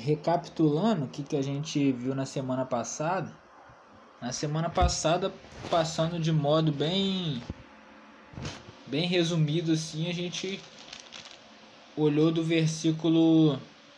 Recapitulando o que a gente viu na semana passada. Na semana passada, passando de modo bem resumido assim, a gente olhou do versículo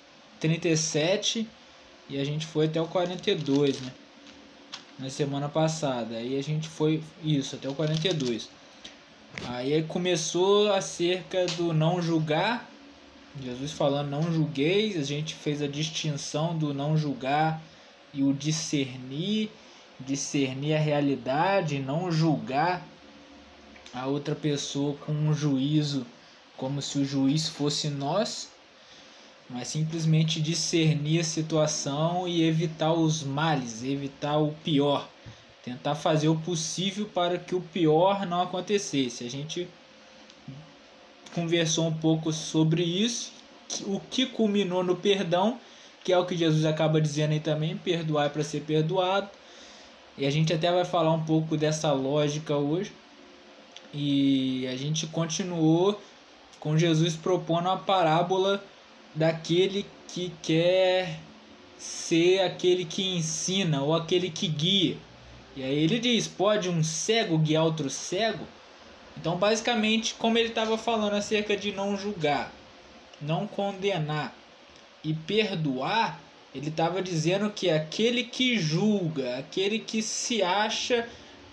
37 e a gente foi até o 42, né? Na semana passada. Aí a gente foi isso, até o 42. Aí começou acerca do não julgar. Jesus falando não julgueis, a gente fez a distinção do não julgar e o discernir a realidade, não julgar a outra pessoa com um juízo como se o juiz fosse nós, mas simplesmente discernir a situação e evitar os males, evitar o pior, tentar fazer o possível para que o pior não acontecesse. A gente conversou um pouco sobre isso, o que culminou no perdão, que é o que Jesus acaba dizendo aí também, perdoar para ser perdoado. E a gente até vai falar um pouco dessa lógica hoje. E a gente continuou com Jesus propondo a parábola daquele que quer ser aquele que ensina ou aquele que guia. E aí ele diz, pode um cego guiar outro cego? Então, basicamente, como ele estava falando acerca de não julgar, não condenar e perdoar, ele estava dizendo que aquele que julga, aquele que se acha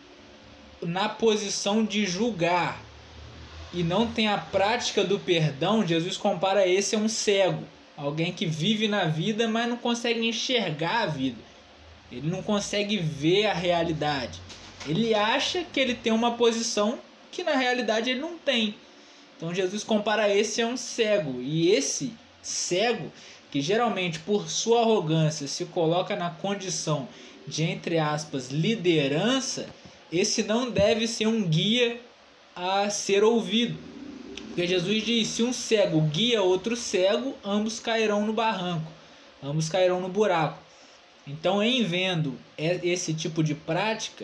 na posição de julgar e não tem a prática do perdão, Jesus compara esse a um cego, alguém que vive na vida, mas não consegue enxergar a vida, ele não consegue ver a realidade, ele acha que ele tem uma posição que na realidade ele não tem. Então Jesus compara esse a um cego, e esse cego, que geralmente por sua arrogância se coloca na condição de, entre aspas, liderança, esse não deve ser um guia a ser ouvido. Porque Jesus diz, se um cego guia outro cego, ambos cairão no barranco, ambos cairão no buraco. Então, em vendo esse tipo de prática,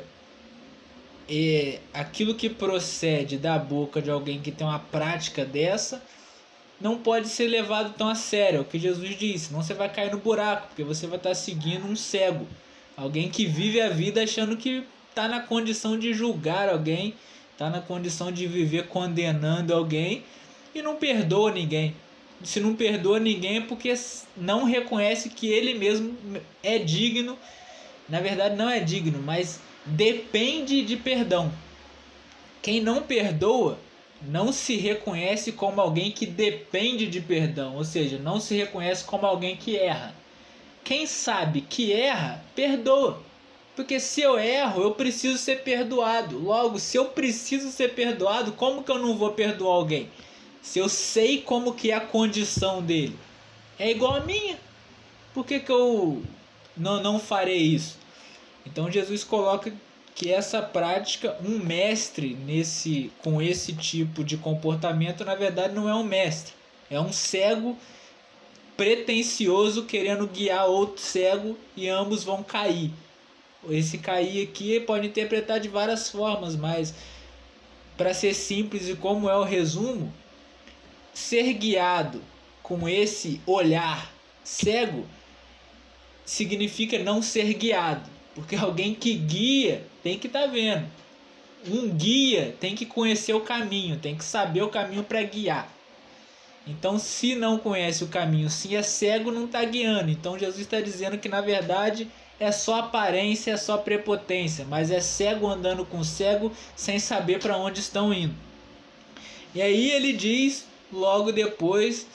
aquilo que procede da boca de alguém que tem uma prática dessa não pode ser levado tão a sério. É o que Jesus disse, senão você vai cair no buraco, porque você vai estar seguindo um cego, alguém que vive a vida achando que está na condição de julgar alguém, está na condição de viver condenando alguém e não perdoa ninguém. Se não perdoa ninguém é porque não reconhece que ele mesmo é digno. Na verdade não é digno, mas depende de perdão. Quem não perdoa não se reconhece como alguém que depende de perdão, ou seja, não se reconhece como alguém que erra. Quem sabe que erra, perdoa. Porque se eu erro, eu preciso ser perdoado. Logo, se eu preciso ser perdoado, como que eu não vou perdoar alguém? Se eu sei como que é a condição dele. É igual a minha. Por que eu não farei isso? Então Jesus coloca que essa prática, um mestre com esse tipo de comportamento, na verdade não é um mestre. É um cego pretensioso querendo guiar outro cego e ambos vão cair. Esse cair aqui pode interpretar de várias formas, mas para ser simples e como é o resumo, ser guiado com esse olhar cego significa não ser guiado, porque alguém que guia tem que estar vendo. Um guia tem que conhecer o caminho, tem que saber o caminho para guiar. Então, se não conhece o caminho, se é cego, não está guiando. Então, Jesus está dizendo que, na verdade, é só aparência, é só prepotência, mas é cego andando com cego sem saber para onde estão indo. E aí ele diz, logo depois,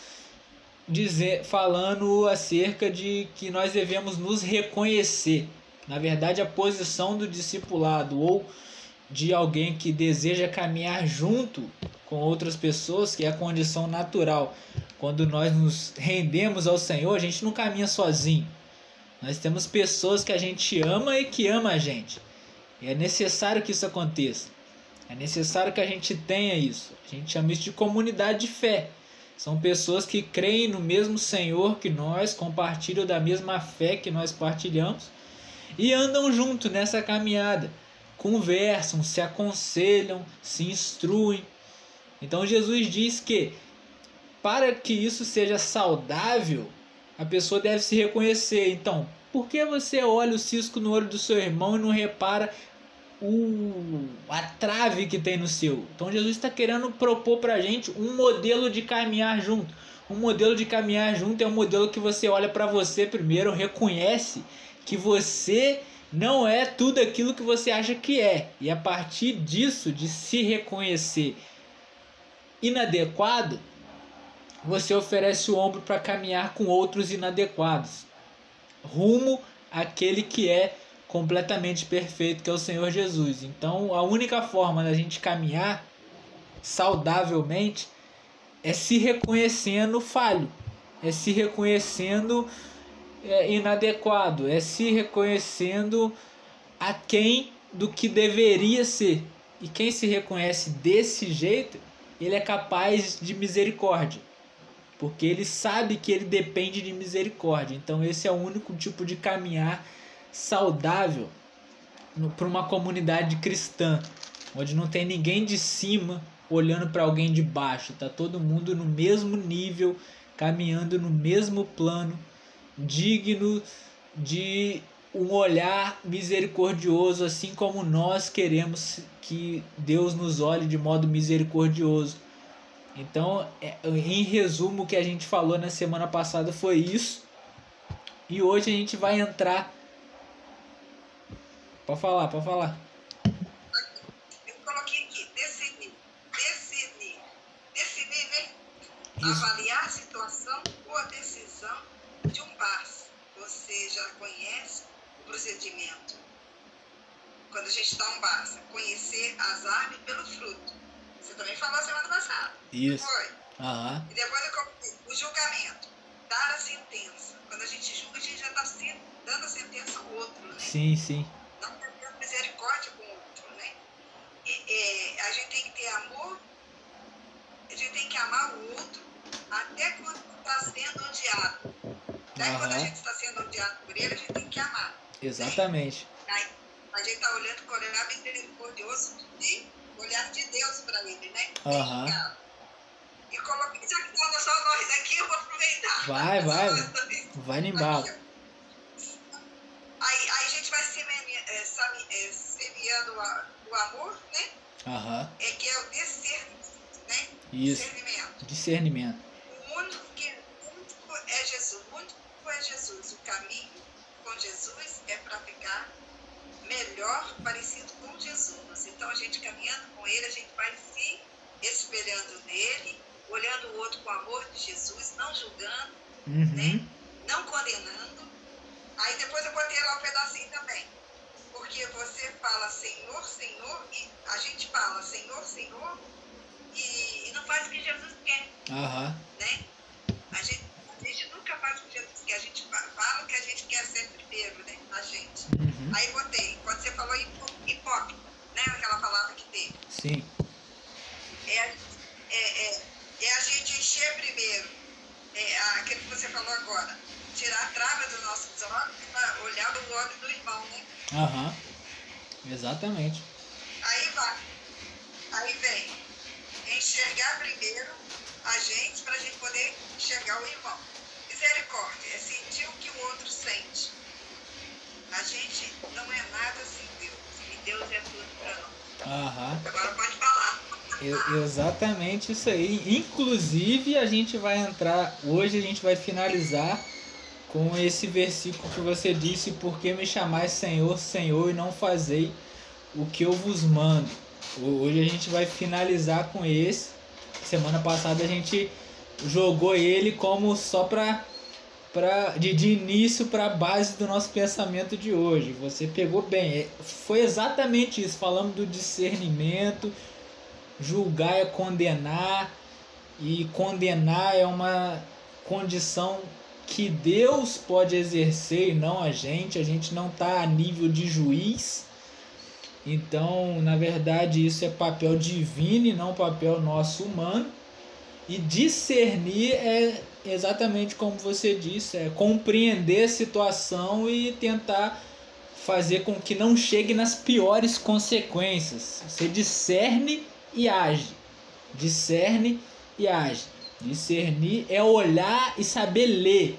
falando acerca de que nós devemos nos reconhecer. Na verdade, a posição do discipulado ou de alguém que deseja caminhar junto com outras pessoas, que é a condição natural. Quando nós nos rendemos ao Senhor, a gente não caminha sozinho. Nós temos pessoas que a gente ama e que ama a gente. E é necessário que isso aconteça. É necessário que a gente tenha isso. A gente chama isso de comunidade de fé. São pessoas que creem no mesmo Senhor que nós, compartilham da mesma fé que nós partilhamos e andam junto nessa caminhada. Conversam, se aconselham, se instruem. Então Jesus diz que para que isso seja saudável, a pessoa deve se reconhecer. Então, por que você olha o cisco no olho do seu irmão e não repara a trave que tem no seu? Então Jesus está querendo propor para a gente um modelo de caminhar junto. Um modelo de caminhar junto é um modelo que você olha para você primeiro, reconhece que você não é tudo aquilo que você acha que é. E a partir disso, de se reconhecer inadequado, você oferece o ombro para caminhar com outros inadequados, rumo àquele que é completamente perfeito, que é o Senhor Jesus. Então, a única forma da gente caminhar saudavelmente é se reconhecendo falho, é se reconhecendo inadequado, é se reconhecendo aquém do que deveria ser. E quem se reconhece desse jeito, ele é capaz de misericórdia, porque ele sabe que ele depende de misericórdia. Então esse é o único tipo de caminhar saudável para uma comunidade cristã, onde não tem ninguém de cima olhando para alguém de baixo. Tá todo mundo no mesmo nível, caminhando no mesmo plano, digno de um olhar misericordioso, assim como nós queremos que Deus nos olhe de modo misericordioso. Então, em resumo, o que a gente falou na semana passada foi isso. E hoje a gente vai entrar... Pode falar. Eu coloquei aqui, definir, né? Isso. Avaliar a situação ou a decisão de um passo. Você já conhece o procedimento. Quando a gente dá um passo, conhecer as árvores pelo fruto. Você também falou semana passada. Isso. Foi. Aham. E depois eu coloquei o julgamento. Dar a sentença. Quando a gente julga, a gente já está dando a sentença ao outro, né? Sim. Não tendo misericórdia com o outro, né? A gente tem que ter amor, a gente tem que amar o outro até quando está sendo odiado. Até quando a gente está sendo odiado por ele, a gente tem que amar. Exatamente. Né? A gente está olhando com o olhar misericordioso de olhar de Deus para ele, né? Aham. E coloquei, já que estamos só nós aqui, eu vou aproveitar. Vai no embalo. Aí a gente vai semeando o amor, né? Aham. Que é o discernimento, né? Isso. Discernimento. O único é Jesus. O único é Jesus. O caminho com Jesus é para ficar melhor parecido com Jesus. Então a gente caminhando com ele, a gente vai se espelhando nele, olhando o outro com o amor de Jesus, não julgando, né? Não condenando. Aí depois eu botei lá um pedacinho também. Porque você fala Senhor, Senhor, e a gente fala Senhor, Senhor, e não faz o que Jesus quer. Né? A gente nunca faz o que Jesus quer. A gente fala o que a gente quer ser primeiro, né? A gente. Aí botei, quando você falou hipócrita, né? Aquela palavra que teve. Sim. É a gente encher primeiro, aquilo que você falou agora, tirar a trava dos nossos olhos para olhar o olho do irmão, né? Exatamente. Aí vem enxergar primeiro a gente para a gente poder enxergar o irmão. Misericórdia é sentir o que o outro sente. A gente não é nada sem Deus, e Deus é tudo para nós. Agora pode falar. Exatamente isso aí. Inclusive a gente vai entrar, hoje a gente vai finalizar com esse versículo que você disse: por que me chamais Senhor, Senhor, e não fazei o que eu vos mando. Hoje a gente vai finalizar com esse. Semana passada a gente jogou ele como só de início para a base do nosso pensamento de hoje. Você pegou bem. Foi exatamente isso. Falamos do discernimento. Julgar é condenar, e condenar é uma condição que Deus pode exercer e não a gente não está a nível de juiz. Então, na verdade, isso é papel divino e não papel nosso humano. E discernir é exatamente como você disse, é compreender a situação e tentar fazer com que não chegue nas piores consequências. Você discerne e age. Discerne e age. Discernir é olhar e saber ler.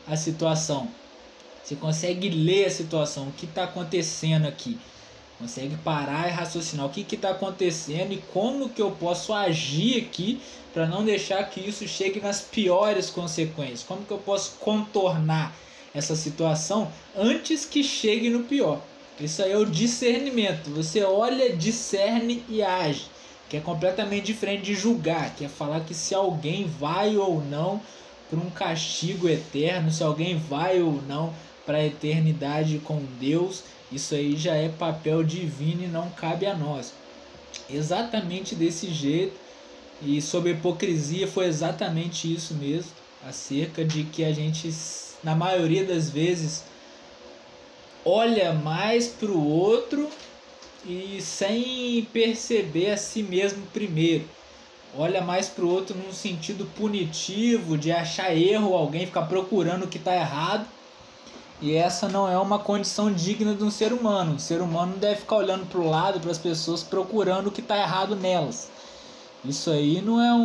a situação. Você consegue ler a situação, o que está acontecendo aqui. Consegue parar e raciocinar o que está acontecendo e como que eu posso agir aqui para não deixar que isso chegue nas piores consequências. Como que eu posso contornar essa situação antes que chegue no pior. Isso aí é o discernimento. Você olha, discerne e age. Que é completamente diferente de julgar. Que é falar que se alguém vai ou não para um castigo eterno, se alguém vai ou não para a eternidade com Deus. Isso aí já é papel divino e não cabe a nós. Exatamente desse jeito. E sobre hipocrisia foi exatamente isso mesmo. Acerca de que a gente, na maioria das vezes, olha mais para o outro e sem perceber a si mesmo primeiro. Olha mais para o outro num sentido punitivo, de achar erro alguém, ficar procurando o que está errado. E essa não é uma condição digna de um ser humano. O ser humano não deve ficar olhando para o lado, para as pessoas, procurando o que está errado nelas. Isso aí não é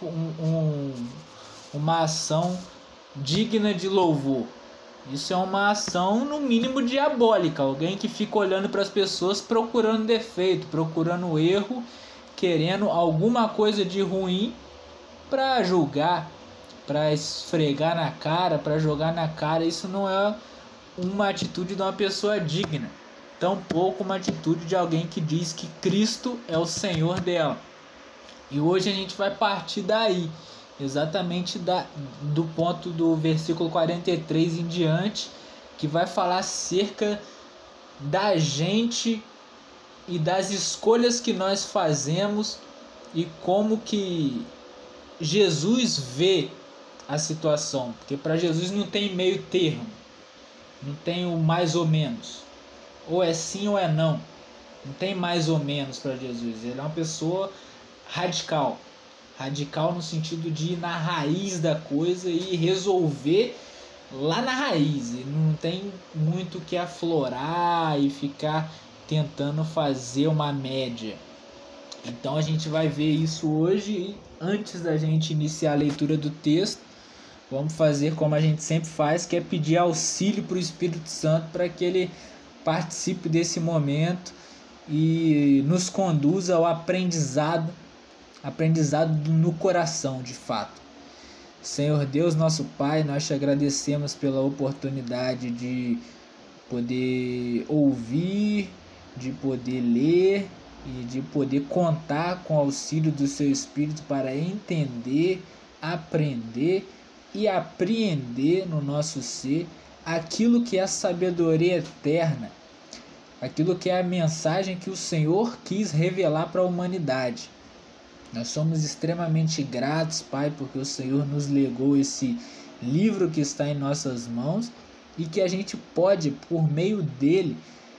uma ação digna de louvor. Isso é uma ação, no mínimo, diabólica. Alguém que fica olhando para as pessoas procurando defeito, procurando erro, querendo alguma coisa de ruim para julgar, para esfregar na cara, para jogar na cara. Isso não é uma atitude de uma pessoa digna. Tampouco uma atitude de alguém que diz que Cristo é o Senhor dela. E hoje a gente vai partir daí. Exatamente do ponto do versículo 43 em diante, que vai falar acerca da gente e das escolhas que nós fazemos e como que Jesus vê a situação. Porque para Jesus não tem meio termo, não tem o mais ou menos, ou é sim ou é não. Não tem mais ou menos para Jesus. Ele é uma pessoa radical. Radical no sentido de ir na raiz da coisa e resolver lá na raiz. Ele não tem muito que aflorar e ficar tentando fazer uma média. Então a gente vai ver isso hoje. E antes da gente iniciar a leitura do texto, vamos fazer como a gente sempre faz, que é pedir auxílio para o Espírito Santo para que ele participe desse momento e nos conduza ao aprendizado no coração, de fato. Senhor Deus, nosso Pai, nós te agradecemos pela oportunidade de poder ouvir, de poder ler e de poder contar com o auxílio do Seu Espírito para entender, aprender e apreender no nosso ser aquilo que é a sabedoria eterna, aquilo que é a mensagem que o Senhor quis revelar para a humanidade. Nós somos extremamente gratos, Pai, porque o Senhor nos legou esse livro que está em nossas mãos e que a gente pode, por meio dele,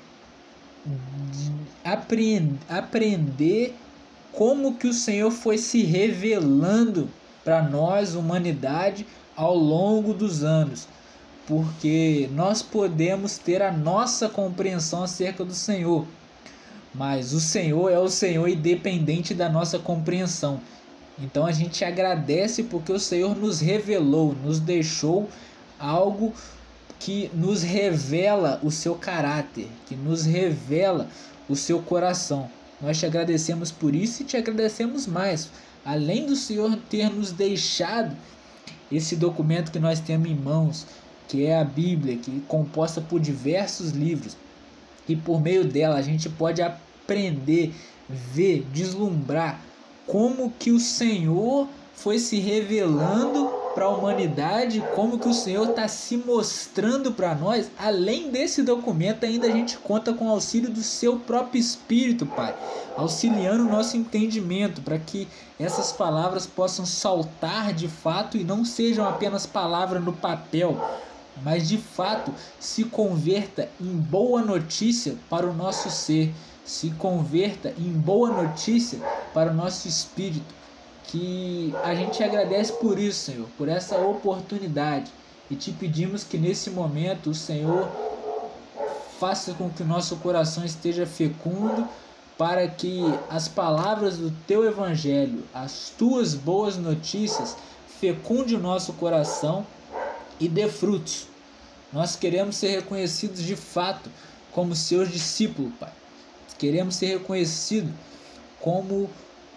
aprender como que o Senhor foi se revelando para nós, humanidade, ao longo dos anos. Porque nós podemos ter a nossa compreensão acerca do Senhor, mas o Senhor é o Senhor independente da nossa compreensão. Então a gente agradece porque o Senhor nos revelou, nos deixou algo que nos revela o seu caráter, que nos revela o seu coração. Nós te agradecemos por isso e te agradecemos mais. Além do Senhor ter nos deixado esse documento que nós temos em mãos, que é a Bíblia, que é composta por diversos livros, e por meio dela a gente pode aprender, ver, deslumbrar como que o Senhor foi se revelando para a humanidade, como que o Senhor está se mostrando para nós. Além desse documento, ainda a gente conta com o auxílio do seu próprio Espírito, Pai, auxiliando o nosso entendimento, para que essas palavras possam saltar de fato e não sejam apenas palavras no papel, mas de fato se converta em boa notícia para o nosso ser, se converta em boa notícia para o nosso espírito. Que a gente agradece por isso, Senhor, por essa oportunidade, e te pedimos que nesse momento o Senhor faça com que o nosso coração esteja fecundo, para que as palavras do teu evangelho, as tuas boas notícias, fecunde o nosso coração e dê frutos. Nós queremos ser reconhecidos de fato como seus discípulos, Pai. Queremos ser reconhecidos como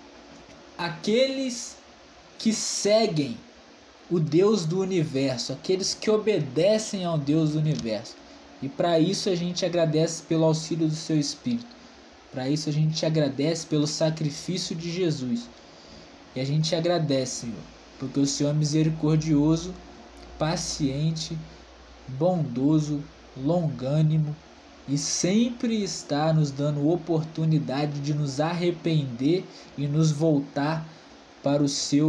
aqueles que seguem o Deus do universo, aqueles que obedecem ao Deus do universo. E para isso a gente agradece pelo auxílio do Seu Espírito. Para isso a gente agradece pelo sacrifício de Jesus. E a gente agradece, Senhor, porque o Senhor é misericordioso, paciente, bondoso, longânimo e sempre está nos dando oportunidade de nos arrepender e nos voltar para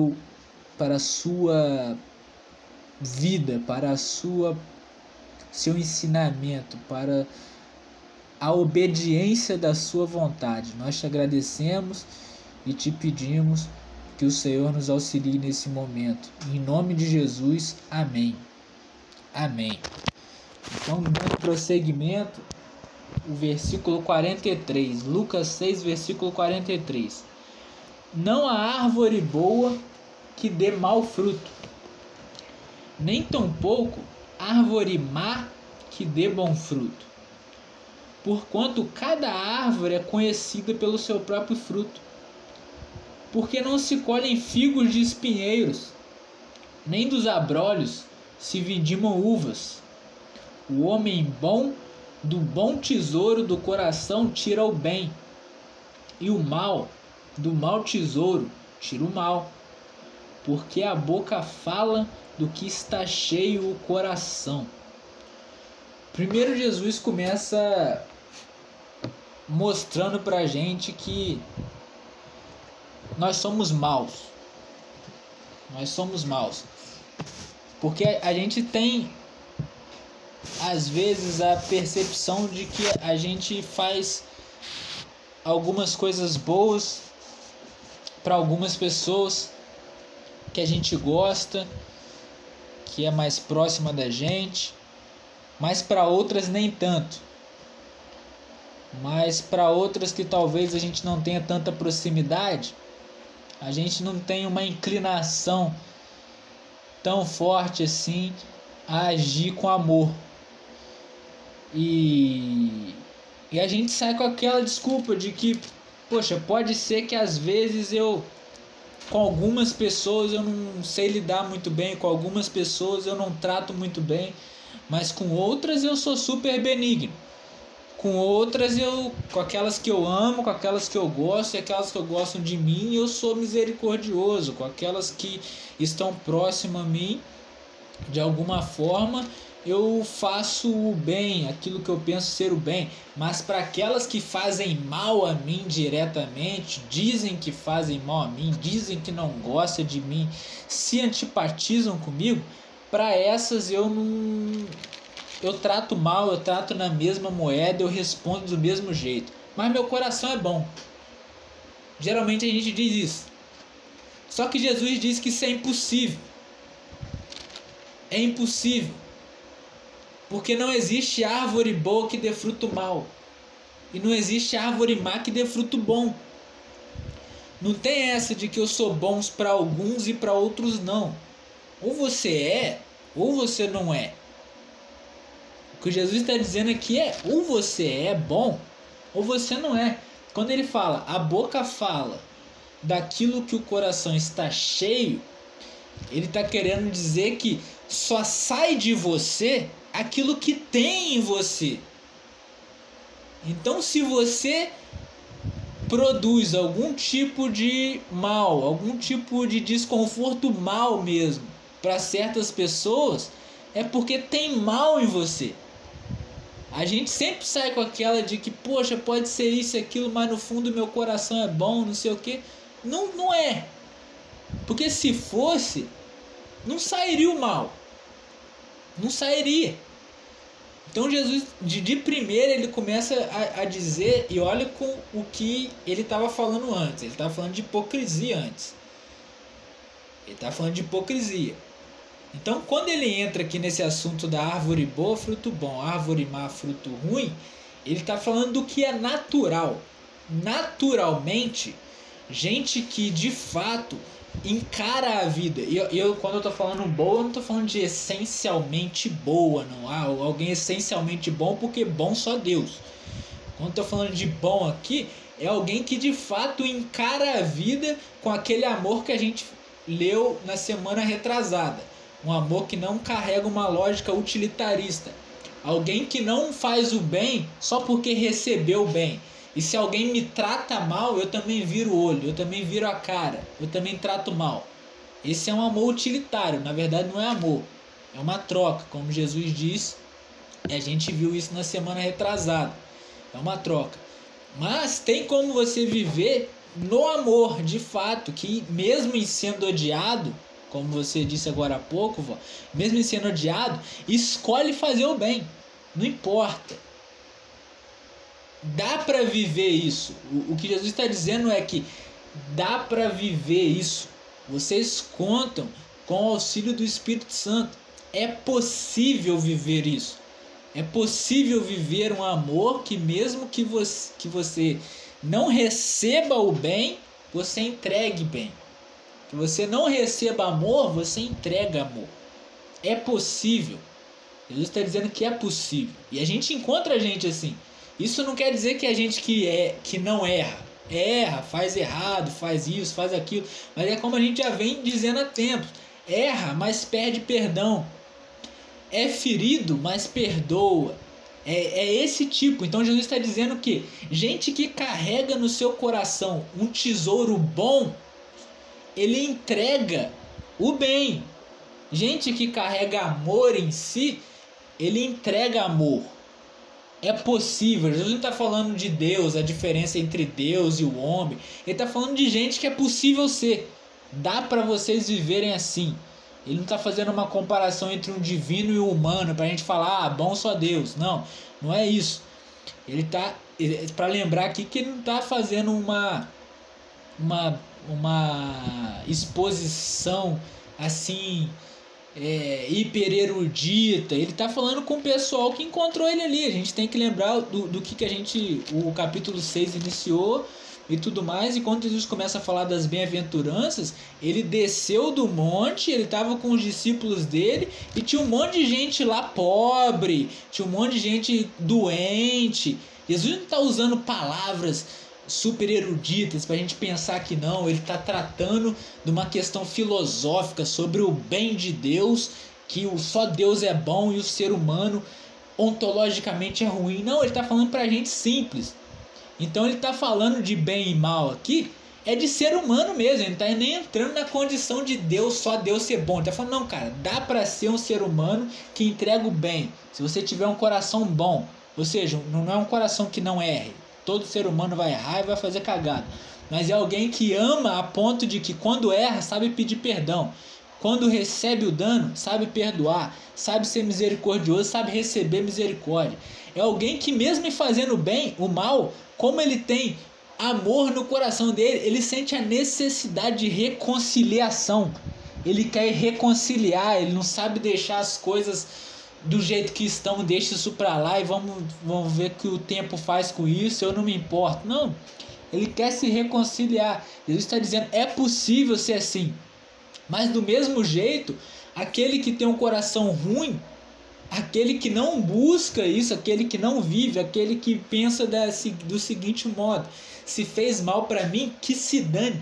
a sua vida, para seu ensinamento, para a obediência da sua vontade. Nós te agradecemos e te pedimos que o Senhor nos auxilie nesse momento. Em nome de Jesus, amém. Amém. Então, dando prosseguimento, o versículo 43, Lucas 6, versículo 43. Não há árvore boa que dê mau fruto, nem tampouco árvore má que dê bom fruto. Porquanto cada árvore é conhecida pelo seu próprio fruto. Porque não se colhem figos de espinheiros, nem dos abrolhos se vindimam uvas. O homem bom do bom tesouro do coração tira o bem, e o mal do mau tesouro tira o mal. Porque a boca fala do que está cheio o coração. Primeiro, Jesus começa mostrando pra gente que nós somos maus. Nós somos maus. Porque a gente tem, às vezes, a percepção de que a gente faz algumas coisas boas para algumas pessoas que a gente gosta, que é mais próxima da gente, mas para outras nem tanto. Mas para outras que talvez a gente não tenha tanta proximidade, a gente não tem uma inclinação tão forte assim a agir com amor. E a gente sai com aquela desculpa de que, poxa, pode ser que às vezes com algumas pessoas eu não sei lidar muito bem, com algumas pessoas eu não trato muito bem, mas com outras eu sou super benigno. Com outras com aquelas que eu amo, com aquelas que eu gosto e aquelas que eu gostam de mim, eu sou misericordioso. Com aquelas que estão próximas a mim, de alguma forma, eu faço o bem, aquilo que eu penso ser o bem. Mas para aquelas que fazem mal a mim diretamente, dizem que fazem mal a mim, dizem que não gostam de mim, se antipatizam comigo, para essas eu trato mal, eu trato na mesma moeda, eu respondo do mesmo jeito. Mas meu coração é bom. Geralmente a gente diz isso. Só que Jesus diz que isso é impossível. É impossível. Porque não existe árvore boa que dê fruto mau. E não existe árvore má que dê fruto bom. Não tem essa de que eu sou bom para alguns e para outros não. Ou você é, ou você não é. O que Jesus está dizendo aqui é, ou você é bom, ou você não é. Quando ele fala, a boca fala daquilo que o coração está cheio, ele está querendo dizer que só sai de você aquilo que tem em você. Então, se você produz algum tipo de mal, algum tipo de desconforto mal mesmo para certas pessoas, é porque tem mal em você. A gente sempre sai com aquela de que, poxa, pode ser isso e aquilo, mas no fundo meu coração é bom, não sei o que. Não é. Porque se fosse, não sairia o mal. Não sairia. Então Jesus, de primeira, ele começa a dizer, e olha com o que ele estava falando antes. Ele estava falando de hipocrisia antes. Ele estava falando de hipocrisia. Então, quando ele entra aqui nesse assunto da árvore boa, fruto bom, árvore má, fruto ruim, ele está falando do que é natural. Naturalmente, gente que de fato encara a vida. E eu, quando eu tô falando boa, eu não tô falando de essencialmente boa, não. Alguém essencialmente bom, porque bom só Deus. Quando eu tô falando de bom aqui, é alguém que de fato encara a vida com aquele amor que a gente leu na semana retrasada. Um amor que não carrega uma lógica utilitarista. Alguém que não faz o bem só porque recebeu o bem. E se alguém me trata mal, eu também viro o olho, eu também viro a cara, eu também trato mal. Esse é um amor utilitário, na verdade não é amor, é uma troca, como Jesus diz, e a gente viu isso na semana retrasada. É uma troca. Mas tem como você viver no amor, de fato, que mesmo em sendo odiado, como você disse agora há pouco, vó, mesmo em sendo odiado, escolhe fazer o bem, não importa. Dá para viver isso. O que Jesus está dizendo é que dá para viver isso. Vocês contam com o auxílio do Espírito Santo. É possível viver isso. É possível viver um amor que mesmo que você não receba o bem, você entregue bem. Que você não receba amor, você entrega amor. É possível. Jesus está dizendo que é possível. E a gente encontra gente assim. Isso não quer dizer que a gente que não erra, faz errado, faz isso, faz aquilo, mas é como a gente já vem dizendo há tempos, erra, mas pede perdão, é ferido, mas perdoa, é esse tipo. Então Jesus está dizendo que gente que carrega no seu coração um tesouro bom, ele entrega o bem. Gente que carrega amor em si, ele entrega amor. É possível. Jesus não está falando de Deus, a diferença entre Deus e o homem. Ele está falando de gente que é possível ser. Dá para vocês viverem assim. Ele não está fazendo uma comparação entre um divino e o humano para a gente falar, bom só Deus. Não, não é isso. Ele está, para lembrar aqui que ele não está fazendo uma exposição assim hiper erudita. Ele está falando com o pessoal que encontrou ele ali. A gente tem que lembrar do que a gente, o capítulo 6 iniciou e tudo mais. E quando Jesus começa a falar das bem-aventuranças, ele desceu do monte, ele estava com os discípulos dele e tinha um monte de gente lá pobre, tinha um monte de gente doente. Jesus não está usando palavras super eruditas para a gente pensar que não. Ele está tratando de uma questão filosófica sobre o bem de Deus, que só Deus é bom e o ser humano ontologicamente é ruim. Não, ele está falando para a gente simples. Então ele está falando de bem e mal aqui, é de ser humano mesmo. Ele não está nem entrando na condição de Deus, só Deus ser bom. Ele está falando, não, cara, dá para ser um ser humano que entrega o bem, se você tiver um coração bom. Ou seja, não é um coração que não erre. Todo ser humano vai errar e vai fazer cagada. Mas é alguém que ama a ponto de que quando erra, sabe pedir perdão. Quando recebe o dano, sabe perdoar. Sabe ser misericordioso, sabe receber misericórdia. É alguém que mesmo em fazendo bem, o mal, como ele tem amor no coração dele, ele sente a necessidade de reconciliação. Ele quer reconciliar, ele não sabe deixar as coisas do jeito que estão, deixa isso pra lá e vamos ver o que o tempo faz com isso, eu não me importo. Não, ele quer se reconciliar. Jesus está dizendo, é possível ser assim. Mas do mesmo jeito, aquele que tem um coração ruim, aquele que não busca isso, aquele que não vive, aquele que pensa do seguinte modo, se fez mal pra mim, que se dane.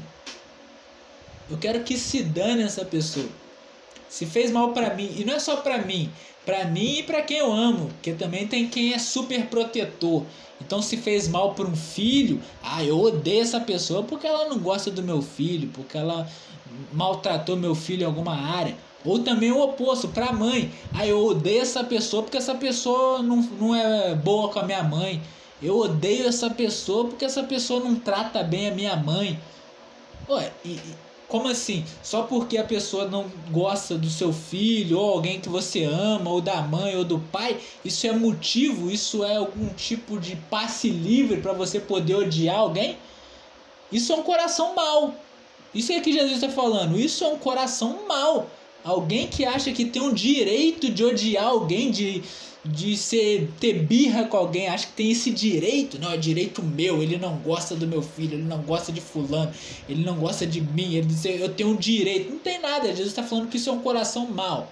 Eu quero que se dane essa pessoa. Se fez mal pra mim, e não é só pra mim e pra quem eu amo, porque também tem quem é super protetor. Então se fez mal para um filho, eu odeio essa pessoa porque ela não gosta do meu filho, porque ela maltratou meu filho em alguma área. Ou também o oposto, para a mãe, eu odeio essa pessoa porque essa pessoa não é boa com a minha mãe. Eu odeio essa pessoa porque essa pessoa não trata bem a minha mãe. Ué, como assim? Só porque a pessoa não gosta do seu filho, ou alguém que você ama, ou da mãe, ou do pai, isso é motivo, isso é algum tipo de passe livre para você poder odiar alguém? Isso é um coração mau. Isso é que Jesus está falando, isso é um coração mau. Alguém que acha que tem um direito de odiar alguém, de de ter birra com alguém, acha que tem esse direito. Não, é direito meu, ele não gosta do meu filho, ele não gosta de fulano, ele não gosta de mim, ele diz, eu tenho um direito. Não tem nada, Jesus está falando que isso é um coração mau.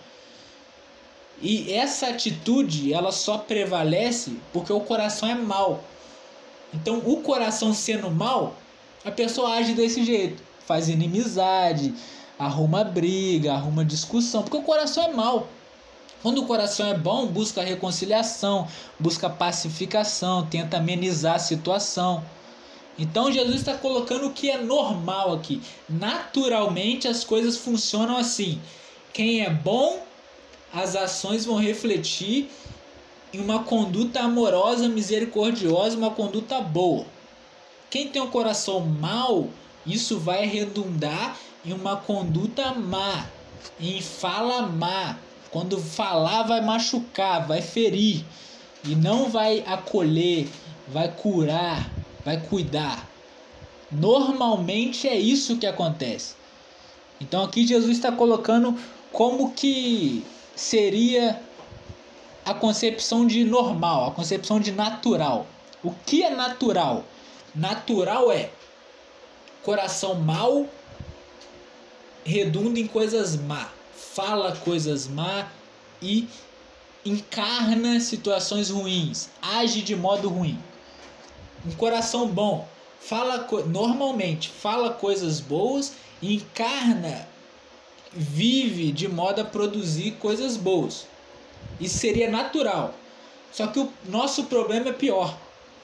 E essa atitude, ela só prevalece porque o coração é mau. Então, o coração sendo mau, a pessoa age desse jeito, faz inimizade, arruma briga, arruma discussão, porque o coração é mau. Quando o coração é bom, busca reconciliação, busca pacificação, tenta amenizar a situação. Então Jesus está colocando o que é normal aqui. Naturalmente as coisas funcionam assim. Quem é bom, as ações vão refletir em uma conduta amorosa, misericordiosa, uma conduta boa. Quem tem um coração mau, isso vai redundar em uma conduta má, em fala má. Quando falar vai machucar, vai ferir e não vai acolher, vai curar, vai cuidar. Normalmente é isso que acontece. Então aqui Jesus está colocando como que seria a concepção de normal, a concepção de natural. O que é natural? Natural é coração mau, redunda em coisas má, fala coisas má e encarna situações ruins, age de modo ruim. Um coração bom normalmente fala coisas boas e encarna, vive de modo a produzir coisas boas. Isso seria natural. Só que o nosso problema é pior.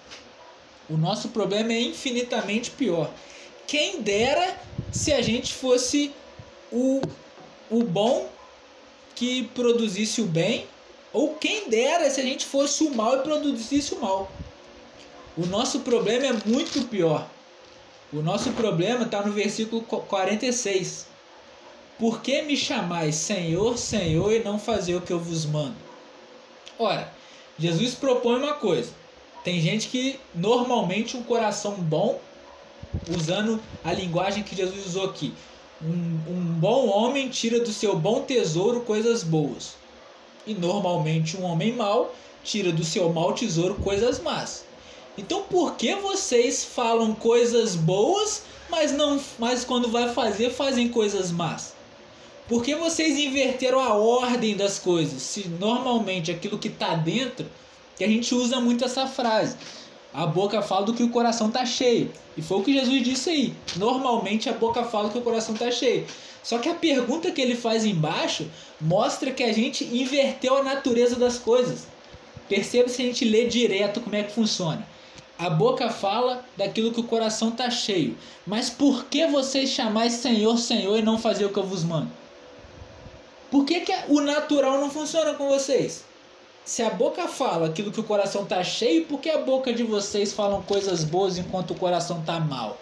O nosso problema é infinitamente pior. Quem dera se a gente fosse o bom que produzisse o bem, ou quem dera se a gente fosse o mal e produzisse o mal. O nosso problema é muito pior. O nosso problema está no versículo 46. Por que me chamais Senhor, Senhor, e não fazer o que eu vos mando? Ora, Jesus propõe uma coisa. Tem gente que normalmente um coração bom, usando a linguagem que Jesus usou aqui, um bom homem tira do seu bom tesouro coisas boas. E normalmente um homem mau tira do seu mau tesouro coisas más. Então por que vocês falam coisas boas, mas quando vai fazer, fazem coisas más? Por que vocês inverteram a ordem das coisas? Se normalmente aquilo que está dentro, que a gente usa muito essa frase, a boca fala do que o coração está cheio. E foi o que Jesus disse aí. Normalmente a boca fala do que o coração está cheio. Só que a pergunta que ele faz embaixo mostra que a gente inverteu a natureza das coisas. Perceba se a gente lê direto como é que funciona. A boca fala daquilo que o coração está cheio. Mas por que vocês chamais Senhor, Senhor e não fazer o que eu vos mando? Por que o natural não funciona com vocês? Se a boca fala aquilo que o coração está cheio, por que a boca de vocês falam coisas boas enquanto o coração está mal?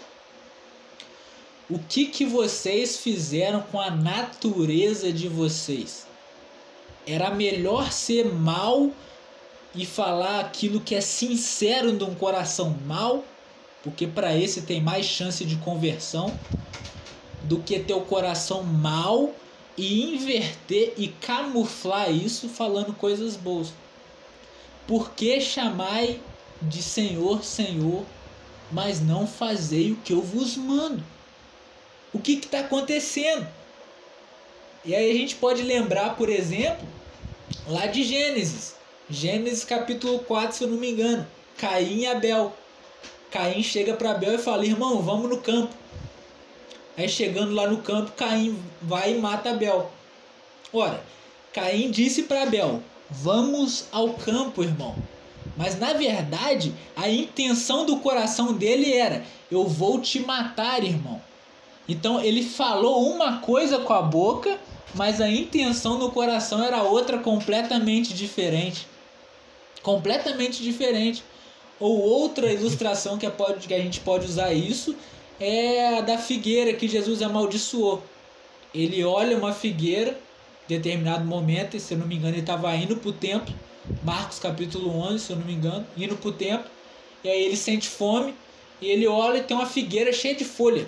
O que vocês fizeram com a natureza de vocês? Era melhor ser mal e falar aquilo que é sincero de um coração mau, porque para esse tem mais chance de conversão, do que ter o coração mau e inverter e camuflar isso falando coisas boas. Por que chamai de Senhor, Senhor, mas não fazei o que eu vos mando? O que está acontecendo? E aí a gente pode lembrar, por exemplo, lá de Gênesis. Gênesis capítulo 4, se eu não me engano. Caim e Abel. Caim chega para Abel e fala: irmão, vamos no campo. Aí chegando lá no campo, Caim vai e mata Abel. Ora, Caim disse para Abel: vamos ao campo, irmão. Mas na verdade, a intenção do coração dele era: eu vou te matar, irmão. Então ele falou uma coisa com a boca, mas a intenção no coração era outra, completamente diferente. Completamente diferente. Ou outra ilustração que a gente pode usar isso é a da figueira que Jesus amaldiçoou. Ele olha uma figueira em determinado momento, e se eu não me engano ele estava indo para o templo, Marcos capítulo 11, se eu não me engano, indo para o templo, e aí ele sente fome, e ele olha e tem uma figueira cheia de folha,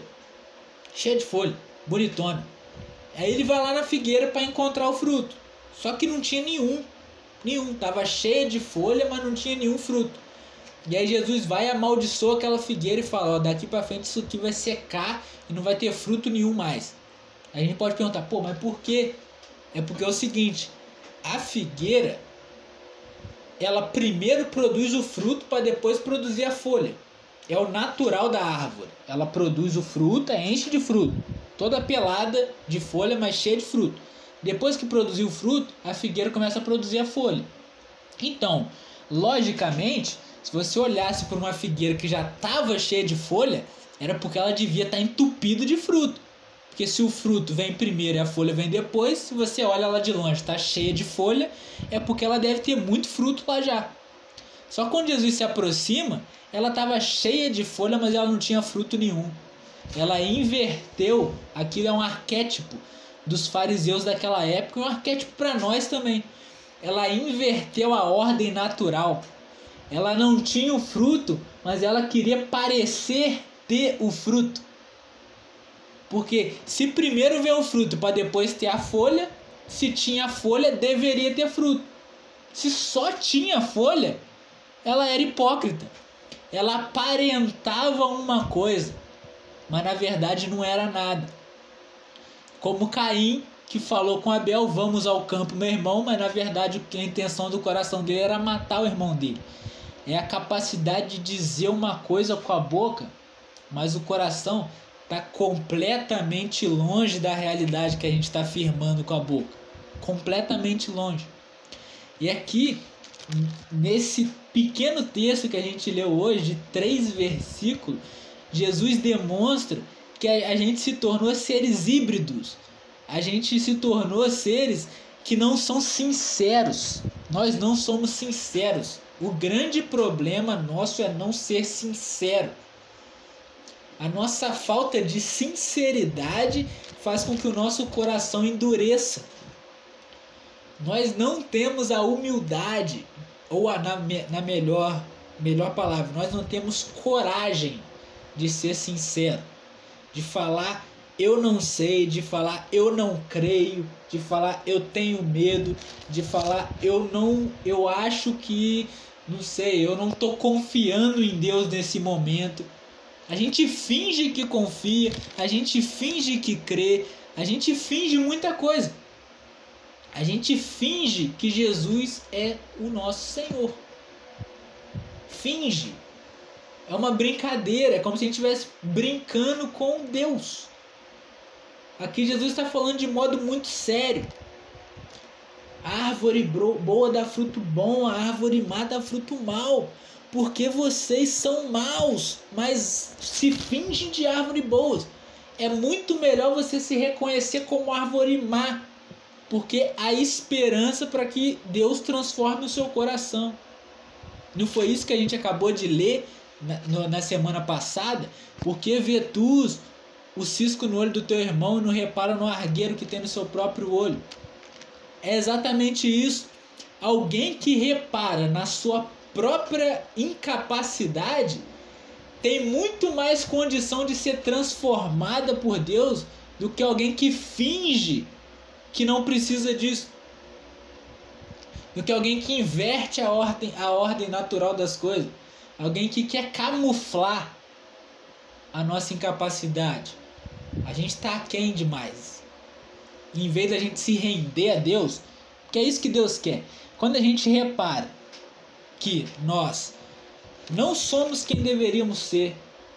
bonitona. Aí ele vai lá na figueira para encontrar o fruto, só que não tinha nenhum. Nenhum. Estava cheia de folha, mas não tinha nenhum fruto. E aí Jesus vai e amaldiçoa aquela figueira e fala, ó, daqui para frente isso aqui vai secar e não vai ter fruto nenhum mais. Aí a gente pode perguntar, pô, mas por quê? É porque é o seguinte, a figueira, ela primeiro produz o fruto para depois produzir a folha. É o natural da árvore. Ela produz o fruto, enche de fruto. Toda pelada de folha, mas cheia de fruto. Depois que produziu o fruto, a figueira começa a produzir a folha. Então, logicamente, se você olhasse por uma figueira que já estava cheia de folha, era porque ela devia estar entupida de fruto. Porque se o fruto vem primeiro e a folha vem depois, se você olha ela de longe, está cheia de folha, é porque ela deve ter muito fruto lá já. Só que quando Jesus se aproxima, ela estava cheia de folha, mas ela não tinha fruto nenhum. Ela inverteu, aquilo é um arquétipo dos fariseus daquela época, e um arquétipo para nós também. Ela inverteu a ordem natural. Ela não tinha o fruto, mas ela queria parecer ter o fruto. Porque se primeiro vem o fruto para depois ter a folha, se tinha folha, deveria ter fruto. Se só tinha folha, ela era hipócrita. Ela aparentava uma coisa, mas na verdade não era nada. Como Caim, que falou com Abel, vamos ao campo, meu irmão, mas na verdade a intenção do coração dele era matar o irmão dele. É a capacidade de dizer uma coisa com a boca, mas o coração está completamente longe da realidade que a gente está afirmando com a boca. Completamente longe. E aqui, nesse pequeno texto que a gente leu hoje, de 3 versículos, Jesus demonstra que a gente se tornou seres híbridos. A gente se tornou seres que não são sinceros. Nós não somos sinceros. O grande problema nosso é não ser sincero. A nossa falta de sinceridade faz com que o nosso coração endureça. Nós não temos a humildade, ou na melhor palavra, nós não temos coragem de ser sincero, de falar eu não sei, de falar eu não creio, de falar eu tenho medo, de falar eu acho que, não sei, eu não estou confiando em Deus nesse momento. A gente finge que confia, a gente finge que crê, a gente finge muita coisa. A gente finge que Jesus é o nosso Senhor. Finge. É uma brincadeira, é como se a gente estivesse brincando com Deus. Aqui Jesus está falando de modo muito sério. A árvore boa dá fruto bom, a árvore má dá fruto mau. Porque vocês são maus, mas se fingem de árvore boas. É muito melhor você se reconhecer como árvore má, porque há esperança para que Deus transforme o seu coração. Não foi isso que a gente acabou de ler na semana passada? Porque vê tu o cisco no olho do teu irmão e não repara no argueiro que tem no seu próprio olho. É exatamente isso. Alguém que repara na sua própria incapacidade tem muito mais condição de ser transformada por Deus do que alguém que finge que não precisa disso, do que alguém que inverte a ordem natural das coisas, alguém que quer camuflar a nossa incapacidade. A gente está aquém demais. E em vez da gente se render a Deus, que é isso que Deus quer, quando a gente repara que nós não somos quem deveríamos ser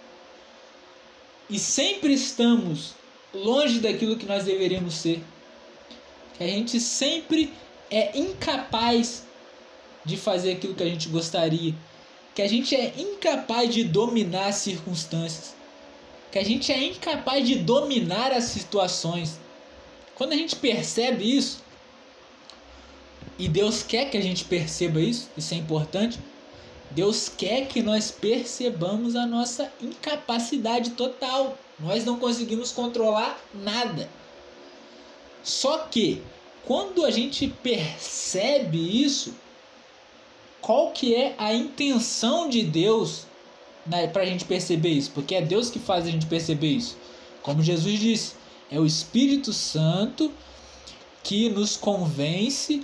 e sempre estamos longe daquilo que nós deveríamos ser, que a gente sempre é incapaz de fazer aquilo que a gente gostaria, que a gente é incapaz de dominar as circunstâncias, que a gente é incapaz de dominar as situações. Quando a gente percebe isso, e Deus quer que a gente perceba isso é importante, Deus quer que nós percebamos a nossa incapacidade total. Nós não conseguimos controlar nada. Só que, quando a gente percebe isso, qual que é a intenção de Deus para a gente perceber isso? Porque é Deus que faz a gente perceber isso. Como Jesus disse, é o Espírito Santo que nos convence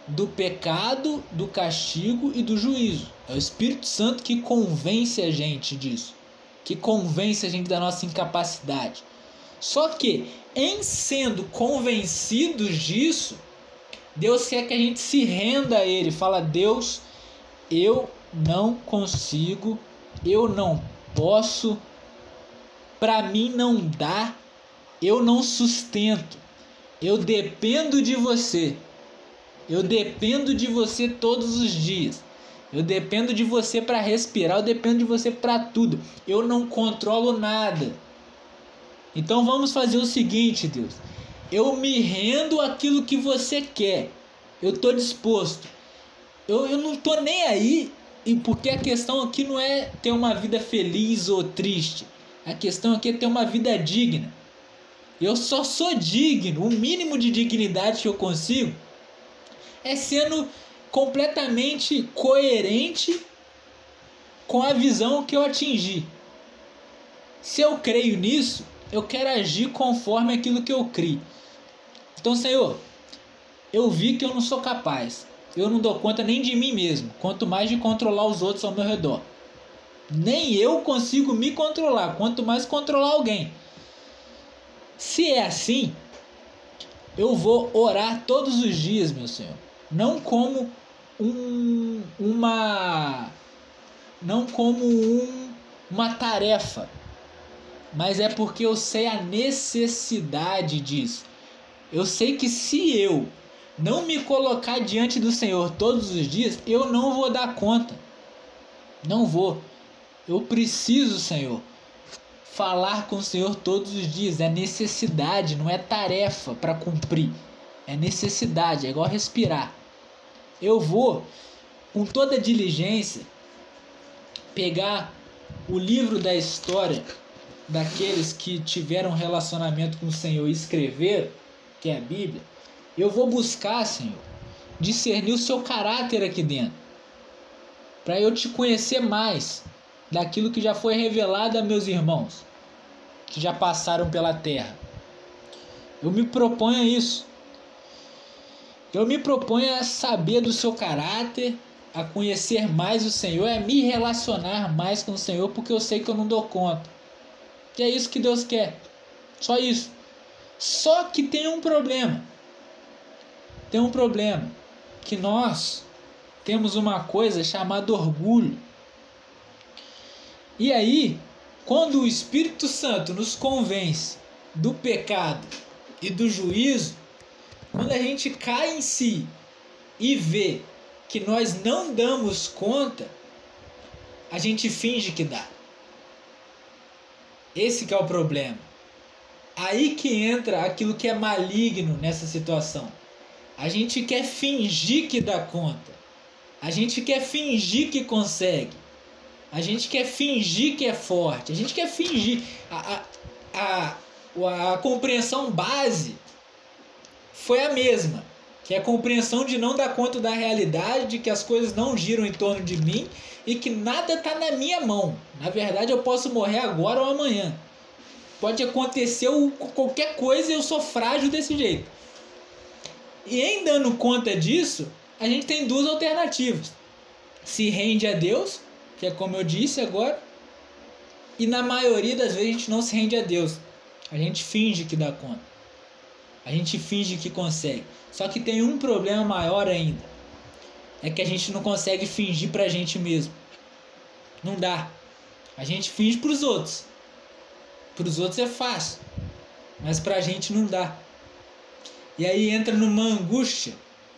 do pecado, do castigo e do juízo. É o Espírito Santo que convence a gente disso, que convence a gente da nossa incapacidade. Só que, em sendo convencidos disso, Deus quer que a gente se renda a Ele. Fala: Deus, eu não consigo, eu não posso, para mim não dá, eu não sustento, eu dependo de você. Eu dependo de você todos os dias. Eu dependo de você para respirar, eu dependo de você para tudo. Eu não controlo nada. Então vamos fazer o seguinte, Deus. Eu me rendo àquilo que você quer. Eu estou disposto. Eu não estou nem aí, porque a questão aqui não é ter uma vida feliz ou triste. A questão aqui é ter uma vida digna. Eu só sou digno, o mínimo de dignidade que eu consigo é sendo completamente coerente com a visão que eu atingi. Se eu creio nisso, eu quero agir conforme aquilo que eu crio. Então, Senhor, eu vi que eu não sou capaz. Eu não dou conta nem de mim mesmo, quanto mais de controlar os outros ao meu redor. Nem eu consigo me controlar, quanto mais controlar alguém. Se é assim, eu vou orar todos os dias, meu Senhor. Não como uma tarefa, mas é porque eu sei a necessidade disso. Eu sei que se eu não me colocar diante do Senhor todos os dias, eu não vou dar conta. Não vou. Eu preciso, Senhor, falar com o Senhor todos os dias. É necessidade, não é tarefa para cumprir. É necessidade, é igual respirar. Eu vou, com toda diligência, pegar o livro da história daqueles que tiveram relacionamento com o Senhor e escreveram, que é a Bíblia. Eu vou buscar, Senhor, discernir o seu caráter aqui dentro, para eu te conhecer mais daquilo que já foi revelado a meus irmãos, que já passaram pela terra. Eu me proponho a isso. Eu me proponho a saber do seu caráter, a conhecer mais o Senhor, a me relacionar mais com o Senhor, porque eu sei que eu não dou conta. E é isso que Deus quer. Só isso. Só que tem um problema. Tem um problema. Que nós temos uma coisa chamada orgulho. E aí, quando o Espírito Santo nos convence do pecado e do juízo, quando a gente cai em si e vê que nós não damos conta, a gente finge que dá. Esse que é o problema. Aí que entra aquilo que é maligno nessa situação. A gente quer fingir que dá conta. A gente quer fingir que consegue. A gente quer fingir que é forte. A gente quer fingir. A compreensão base foi a mesma, que é a compreensão de não dar conta da realidade, de que as coisas não giram em torno de mim e que nada está na minha mão. Na verdade, eu posso morrer agora ou amanhã. Pode acontecer qualquer coisa e eu sou frágil desse jeito. E em dando conta disso, a gente tem duas alternativas. Se rende a Deus, que é como eu disse agora, e na maioria das vezes a gente não se rende a Deus. A gente finge que dá conta. A gente finge que consegue. Só que tem um problema maior ainda. É que a gente não consegue fingir pra gente mesmo. Não dá. A gente finge pros outros. Pros outros é fácil. Mas pra gente não dá. E aí entra numa angústia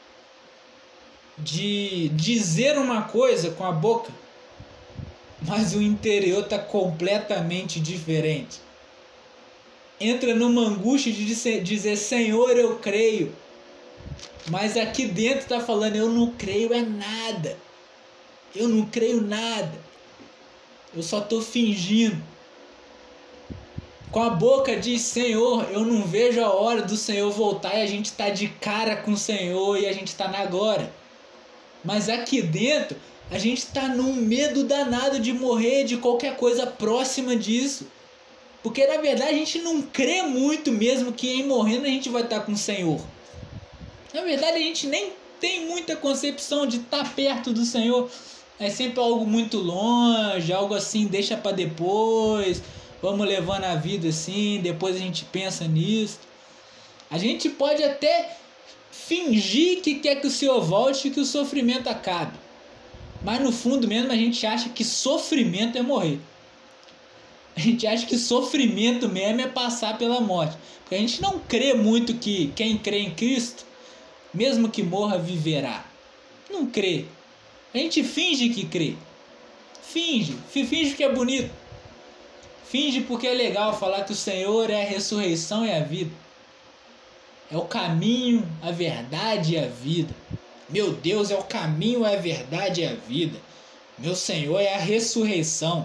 de dizer uma coisa com a boca, mas o interior tá completamente diferente. Entra numa angústia de dizer: Senhor, eu creio. Mas aqui dentro está falando: eu não creio é nada. Eu não creio nada. Eu só estou fingindo. Com a boca diz: Senhor, eu não vejo a hora do Senhor voltar e a gente está de cara com o Senhor e a gente está na agora. Mas aqui dentro a gente está num medo danado de morrer, de qualquer coisa próxima disso. Porque na verdade a gente não crê muito mesmo que em morrendo a gente vai estar com o Senhor. Na verdade a gente nem tem muita concepção de estar perto do Senhor. É sempre algo muito longe, algo assim, deixa para depois, vamos levando a vida assim, depois a gente pensa nisso. A gente pode até fingir que quer que o Senhor volte e que o sofrimento acabe. Mas no fundo mesmo a gente acha que sofrimento é morrer. A gente acha que sofrimento mesmo é passar pela morte. Porque a gente não crê muito que quem crê em Cristo, mesmo que morra, viverá. Não crê. A gente finge que crê. Finge que é bonito. Finge porque é legal falar que o Senhor é a ressurreição e a vida. É o caminho, a verdade e a vida. Meu Deus é o caminho, a verdade e a vida. Meu Senhor é a ressurreição.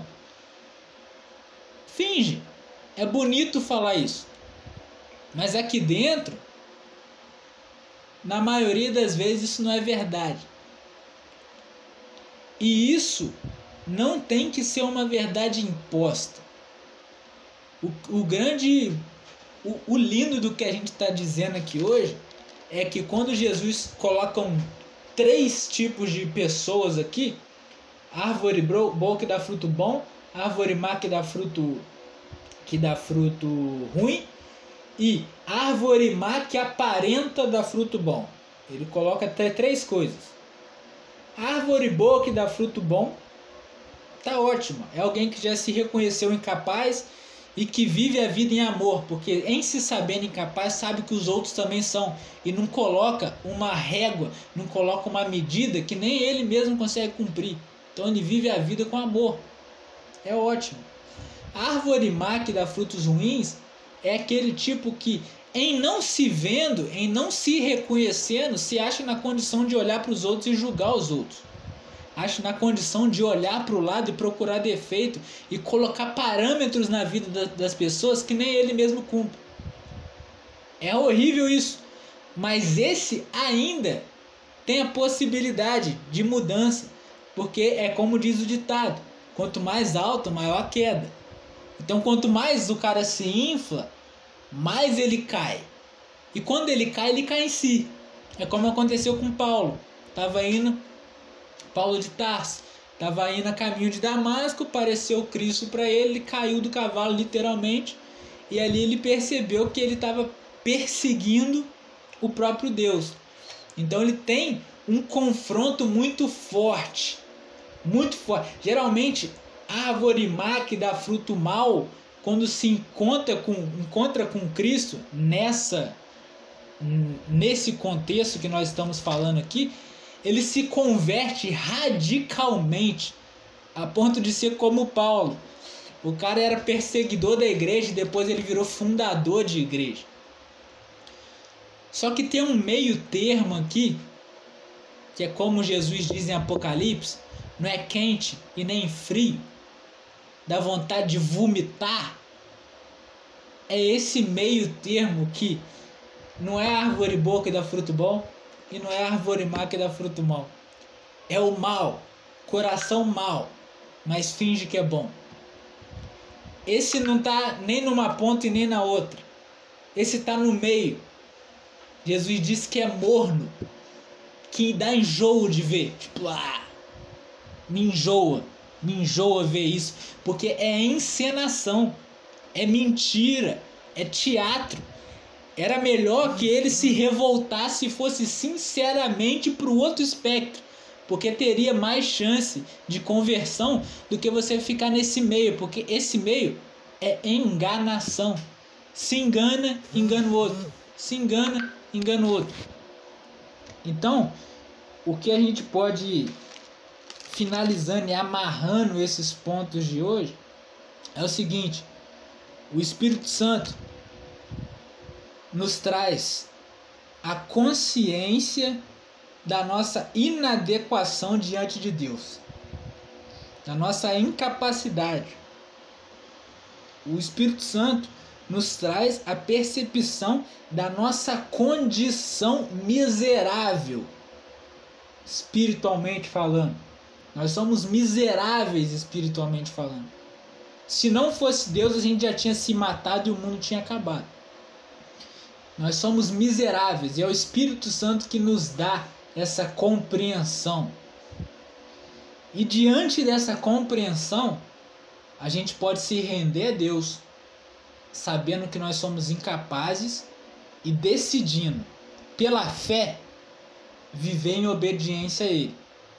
Finge. É bonito falar isso. Mas aqui dentro, na maioria das vezes, isso não é verdade. E isso não tem que ser uma verdade imposta. O lindo do que a gente está dizendo aqui hoje é que quando Jesus coloca 3 tipos de pessoas aqui, árvore boa que dá fruto bom, árvore má que dá fruto ruim e árvore má que aparenta dar fruto bom. Ele coloca até 3 coisas. Árvore boa que dá fruto bom, tá ótimo. É alguém que já se reconheceu incapaz e que vive a vida em amor, porque em se sabendo incapaz, sabe que os outros também são. E não coloca uma régua, não coloca uma medida que nem ele mesmo consegue cumprir. Então ele vive a vida com amor. É ótimo. A árvore má que dá frutos ruins é aquele tipo que, em não se vendo, em não se reconhecendo, se acha na condição de olhar para os outros e julgar os outros. Acha na condição de olhar para o lado e procurar defeito e colocar parâmetros na vida das pessoas que nem ele mesmo cumpre. É horrível isso, mas esse ainda tem a possibilidade de mudança, porque é como diz o ditado, quanto mais alto, maior a queda. Então quanto mais o cara se infla, mais ele cai. E quando ele cai em si. É como aconteceu com Paulo. Paulo de Tarso estava indo a caminho de Damasco, apareceu Cristo para ele, ele caiu do cavalo literalmente, e ali ele percebeu que ele estava perseguindo o próprio Deus. Então ele tem um confronto muito forte, muito forte. Geralmente a árvore má que dá fruto mau, quando se encontra com Cristo nesse contexto que nós estamos falando aqui, ele se converte radicalmente a ponto de ser como Paulo. O cara era perseguidor da igreja e depois ele virou fundador de igreja. Só que tem um meio termo aqui, que é como Jesus diz em Apocalipse, não é quente e nem frio, dá vontade de vomitar. É esse meio termo que não é árvore boa que dá fruto bom e não é árvore má que dá fruto mau. É o mal, coração mau, mas finge que é bom. Esse não está nem numa ponta e nem na outra. Esse está no meio. Jesus disse que é morno, que dá enjoo de ver. Tipo, me enjoa ver isso, porque é encenação, é mentira, é teatro. Era melhor que ele se revoltasse e fosse sinceramente para o outro espectro, porque teria mais chance de conversão do que você ficar nesse meio, porque esse meio é enganação. Se engana, engana o outro. Se engana, engana o outro. Então, o que a gente pode, finalizando e amarrando esses pontos de hoje, é o seguinte: o Espírito Santo nos traz a consciência da nossa inadequação diante de Deus, da nossa incapacidade. O Espírito Santo nos traz a percepção da nossa condição miserável, espiritualmente falando. Nós somos miseráveis espiritualmente falando. Se não fosse Deus, a gente já tinha se matado e o mundo tinha acabado. Nós somos miseráveis e é o Espírito Santo que nos dá essa compreensão. E diante dessa compreensão, a gente pode se render a Deus, sabendo que nós somos incapazes e decidindo, pela fé, viver em obediência a Ele.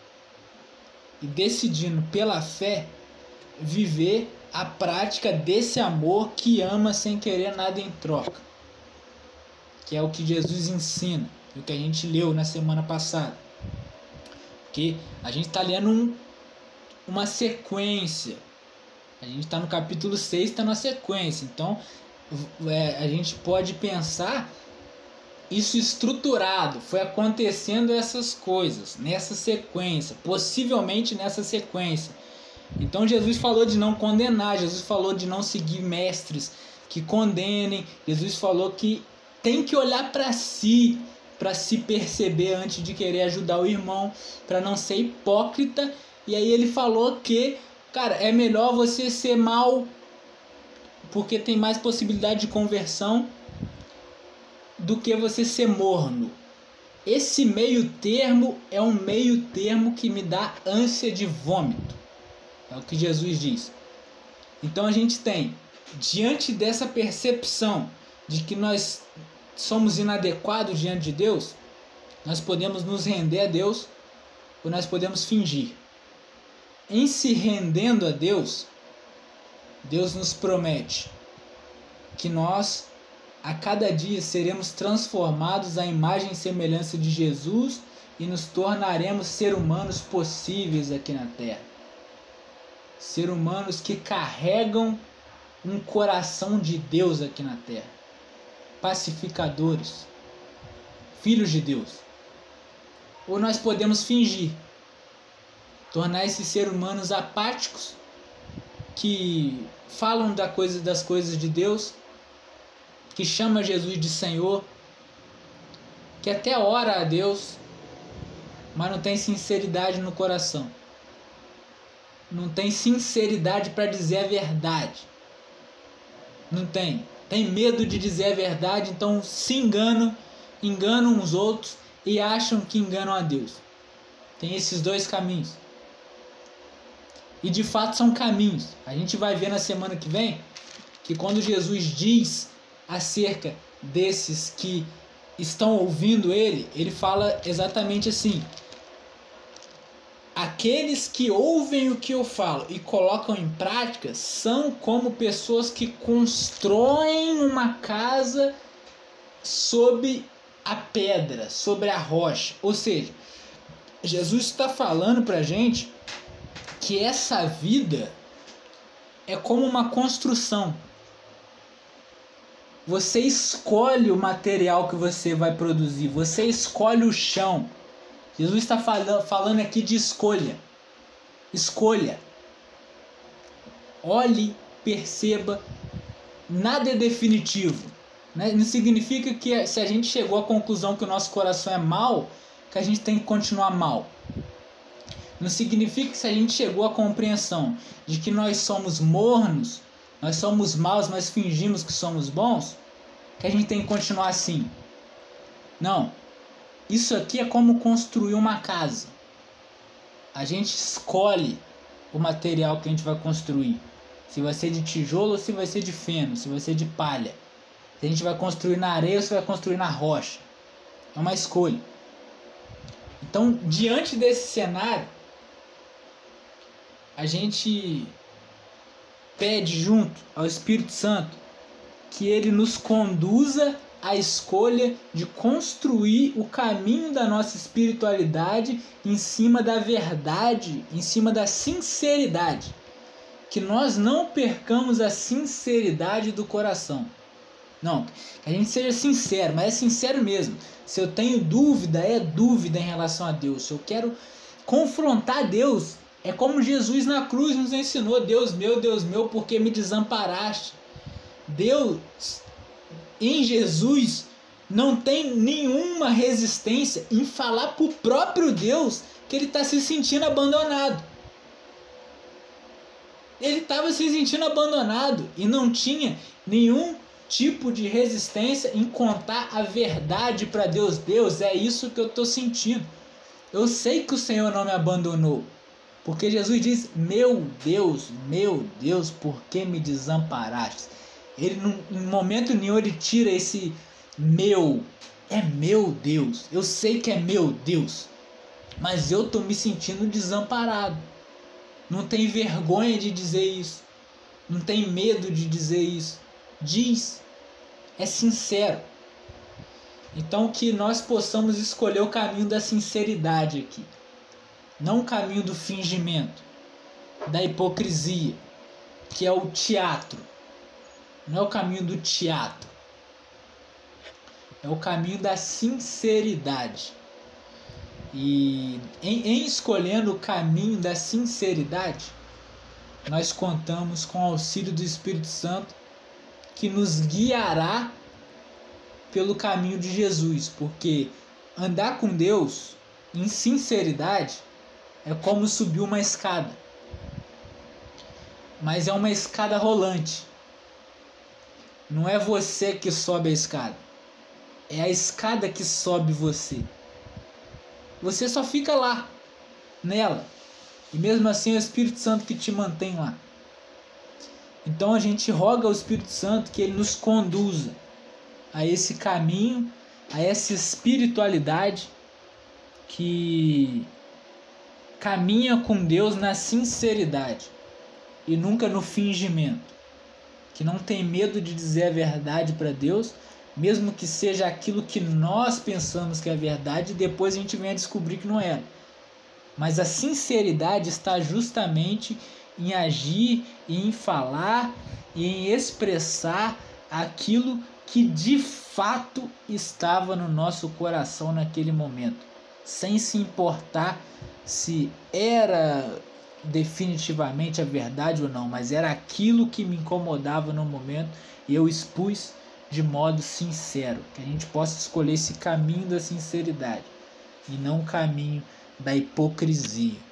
E decidindo, pela fé, viver a prática desse amor que ama sem querer nada em troca. Que é o que Jesus ensina, o que a gente leu na semana passada. Porque a gente está lendo uma sequência. A gente está no capítulo 6, está na sequência. Então, a gente pode pensar isso estruturado. Foi acontecendo essas coisas nessa sequência, possivelmente nessa sequência. Então, Jesus falou de não condenar, Jesus falou de não seguir mestres que condenem. Jesus falou que tem que olhar para si perceber antes de querer ajudar o irmão, para não ser hipócrita. E aí ele falou que, cara, é melhor você ser mal porque tem mais possibilidade de conversão do que você ser morno. Esse meio termo é um meio termo que me dá ânsia de vômito. É o que Jesus diz. Então a gente tem, diante dessa percepção de que nós somos inadequados diante de Deus, nós podemos nos render a Deus ou nós podemos fingir. Em se rendendo a Deus, Deus nos promete que nós, a cada dia, seremos transformados à imagem e semelhança de Jesus e nos tornaremos seres humanos possíveis aqui na Terra. Seres humanos que carregam um coração de Deus aqui na Terra. Pacificadores, filhos de Deus. Ou nós podemos fingir, tornar esses seres humanos apáticos, que falam das coisas de Deus, que chama Jesus de Senhor, que até ora a Deus, mas não tem sinceridade no coração. Não tem sinceridade para dizer a verdade. Não tem. Tem medo de dizer a verdade, então se enganam uns outros e acham que enganam a Deus. Tem esses dois caminhos. E de fato são caminhos. A gente vai ver na semana que vem que quando Jesus diz acerca desses que estão ouvindo ele fala exatamente assim: aqueles que ouvem o que eu falo e colocam em prática são como pessoas que constroem uma casa sob a pedra, sobre a rocha. Ou seja, Jesus está falando para a gente que essa vida é como uma construção. Você escolhe o material que você vai produzir, você escolhe o chão. Jesus está falando aqui de escolha. Escolha. Olhe, perceba, nada é definitivo. Não significa que se a gente chegou à conclusão que o nosso coração é mau, que a gente tem que continuar mal. Não significa que se a gente chegou à compreensão de que nós somos mornos, nós somos maus, mas fingimos que somos bons, que a gente tem que continuar assim. Não. Isso aqui é como construir uma casa. A gente escolhe o material que a gente vai construir. Se vai ser de tijolo ou se vai ser de feno, se vai ser de palha. Se a gente vai construir na areia ou se vai construir na rocha. É uma escolha. Então, diante desse cenário, a gente pede junto ao Espírito Santo que ele nos conduza à escolha de construir o caminho da nossa espiritualidade em cima da verdade, em cima da sinceridade. Que nós não percamos a sinceridade do coração. Não, que a gente seja sincero, mas é sincero mesmo. Se eu tenho dúvida, é dúvida em relação a Deus. Se eu quero confrontar Deus, é como Jesus na cruz nos ensinou: Deus meu, por que me desamparaste? Deus, em Jesus, não tem nenhuma resistência em falar para o próprio Deus que ele está se sentindo abandonado. Ele estava se sentindo abandonado e não tinha nenhum tipo de resistência em contar a verdade para Deus. Deus, é isso que eu estou sentindo. Eu sei que o Senhor não me abandonou. Porque Jesus diz, meu Deus, por que me desamparaste? Ele, em momento nenhum, ele tira esse meu. É meu Deus. Eu sei que é meu Deus. Mas eu estou me sentindo desamparado. Não tem vergonha de dizer isso. Não tem medo de dizer isso. Diz. É sincero. Então que nós possamos escolher o caminho da sinceridade aqui. Não o caminho do fingimento, da hipocrisia, que é o teatro. Não é o caminho do teatro. É o caminho da sinceridade. E em escolhendo o caminho da sinceridade, nós contamos com o auxílio do Espírito Santo, que nos guiará pelo caminho de Jesus. Porque andar com Deus em sinceridade é como subir uma escada. Mas é uma escada rolante. Não é você que sobe a escada. É a escada que sobe você. Você só fica lá, nela. E mesmo assim é o Espírito Santo que te mantém lá. Então a gente roga ao Espírito Santo que ele nos conduza a esse caminho, a essa espiritualidade que caminha com Deus na sinceridade e nunca no fingimento, que não tem medo de dizer a verdade para Deus, mesmo que seja aquilo que nós pensamos que é verdade e depois a gente venha descobrir que não era. Mas a sinceridade está justamente em agir, em falar e em expressar aquilo que de fato estava no nosso coração naquele momento, sem se importar se era definitivamente a verdade ou não, mas era aquilo que me incomodava no momento e eu expus de modo sincero. Que a gente possa escolher esse caminho da sinceridade e não o caminho da hipocrisia.